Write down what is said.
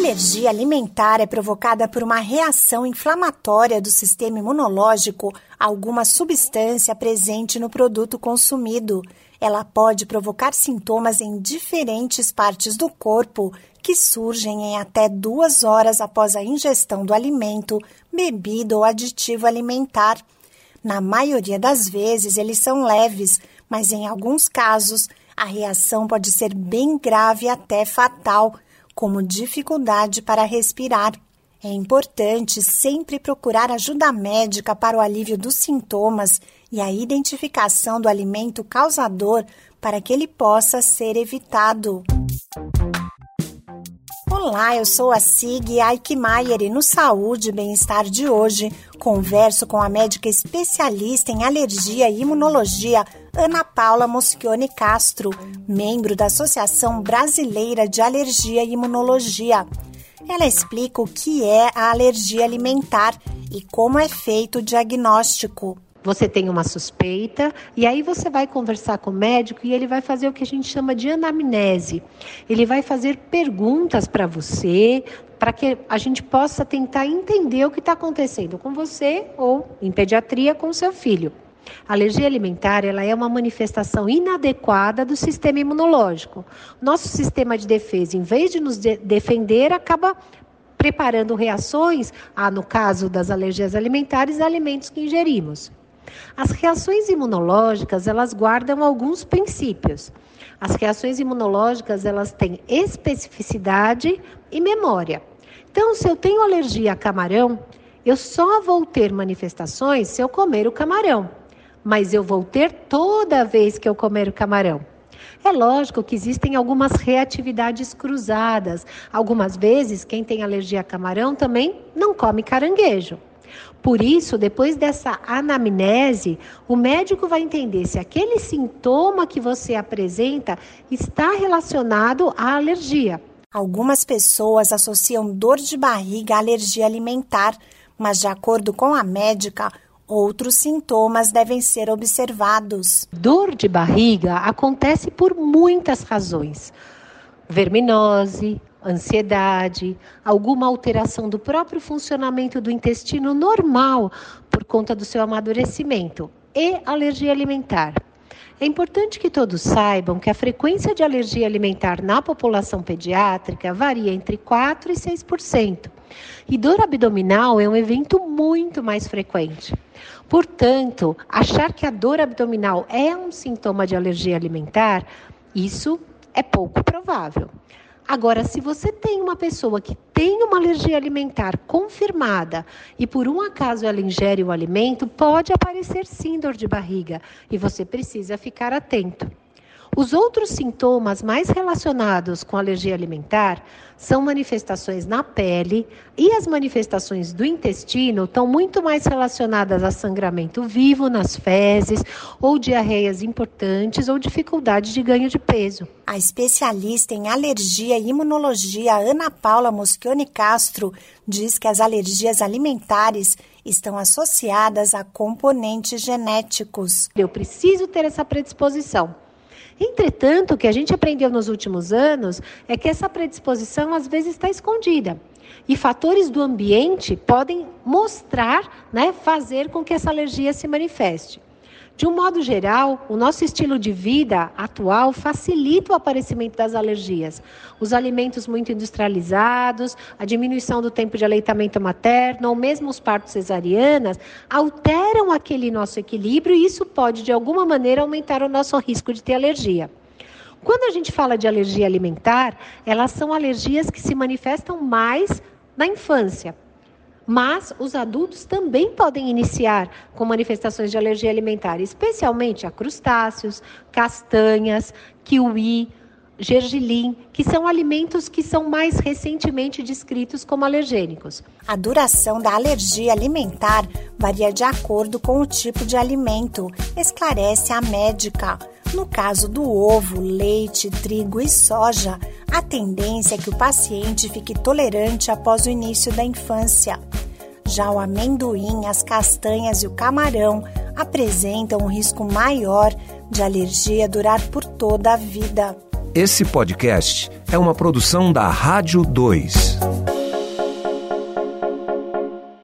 alergia alimentar é provocada por uma reação inflamatória do sistema imunológico a alguma substância presente no produto consumido. Ela pode provocar sintomas em diferentes partes do corpo que surgem em até 2 horas após a ingestão do alimento, bebida ou aditivo alimentar. Na maioria das vezes, eles são leves, mas em alguns casos, a reação pode ser bem grave e até fatal, como dificuldade para respirar. É importante sempre procurar ajuda médica para o alívio dos sintomas e a identificação do alimento causador para que ele possa ser evitado. Olá, eu sou a Sig Eichmeier e no Saúde e Bem-Estar de hoje converso com a médica especialista em alergia e imunologia, Ana Paula Moschioni Castro, membro da Associação Brasileira de Alergia e Imunologia. Ela explica o que é a alergia alimentar e como é feito o diagnóstico. Você tem uma suspeita e aí você vai conversar com o médico e ele vai fazer o que a gente chama de anamnese. Ele vai fazer perguntas para você, para que a gente possa tentar entender o que está acontecendo com você ou, em pediatria, com o seu filho. A alergia alimentar ela é uma manifestação inadequada do sistema imunológico. Nosso sistema de defesa, em vez de nos defender, acaba preparando reações, no caso das alergias alimentares, a alimentos que ingerimos. As reações imunológicas, elas guardam alguns princípios. As reações imunológicas, elas têm especificidade e memória. Então, se eu tenho alergia a camarão, eu só vou ter manifestações se eu comer o camarão. Mas eu vou ter toda vez que eu comer o camarão. É lógico que existem algumas reatividades cruzadas. Algumas vezes, quem tem alergia a camarão também não come caranguejo. Por isso, depois dessa anamnese, o médico vai entender se aquele sintoma que você apresenta está relacionado à alergia. Algumas pessoas associam dor de barriga à alergia alimentar, mas de acordo com a médica, outros sintomas devem ser observados. Dor de barriga acontece por muitas razões. Verminose, ansiedade, alguma alteração do próprio funcionamento do intestino normal por conta do seu amadurecimento e alergia alimentar. É importante que todos saibam que a frequência de alergia alimentar na população pediátrica varia entre 4% e 6%. E dor abdominal é um evento muito mais frequente. Portanto, achar que a dor abdominal é um sintoma de alergia alimentar, isso é pouco provável. Agora, se você tem uma pessoa que tem uma alergia alimentar confirmada e por um acaso ela ingere o alimento, pode aparecer sim dor de barriga e você precisa ficar atento. Os outros sintomas mais relacionados com alergia alimentar são manifestações na pele e as manifestações do intestino estão muito mais relacionadas a sangramento vivo nas fezes ou diarreias importantes ou dificuldade de ganho de peso. A especialista em alergia e imunologia, Ana Paula Moschioni Castro, diz que as alergias alimentares estão associadas a componentes genéticos. Eu preciso ter essa predisposição. Entretanto, o que a gente aprendeu nos últimos anos é que essa predisposição às vezes está escondida. E fatores do ambiente podem mostrar, fazer com que essa alergia se manifeste. De um modo geral, o nosso estilo de vida atual facilita o aparecimento das alergias. Os alimentos muito industrializados, a diminuição do tempo de aleitamento materno, ou mesmo os partos cesarianas, alteram aquele nosso equilíbrio e isso pode, de alguma maneira, aumentar o nosso risco de ter alergia. Quando a gente fala de alergia alimentar, elas são alergias que se manifestam mais na infância. Mas os adultos também podem iniciar com manifestações de alergia alimentar, especialmente a crustáceos, castanhas, kiwi, gergelim, que são alimentos que são mais recentemente descritos como alergênicos. A duração da alergia alimentar varia de acordo com o tipo de alimento, esclarece a médica. No caso do ovo, leite, trigo e soja, a tendência é que o paciente fique tolerante após o início da infância. Já o amendoim, as castanhas e o camarão apresentam um risco maior de alergia durar por toda a vida. Esse podcast é uma produção da Rádio 2.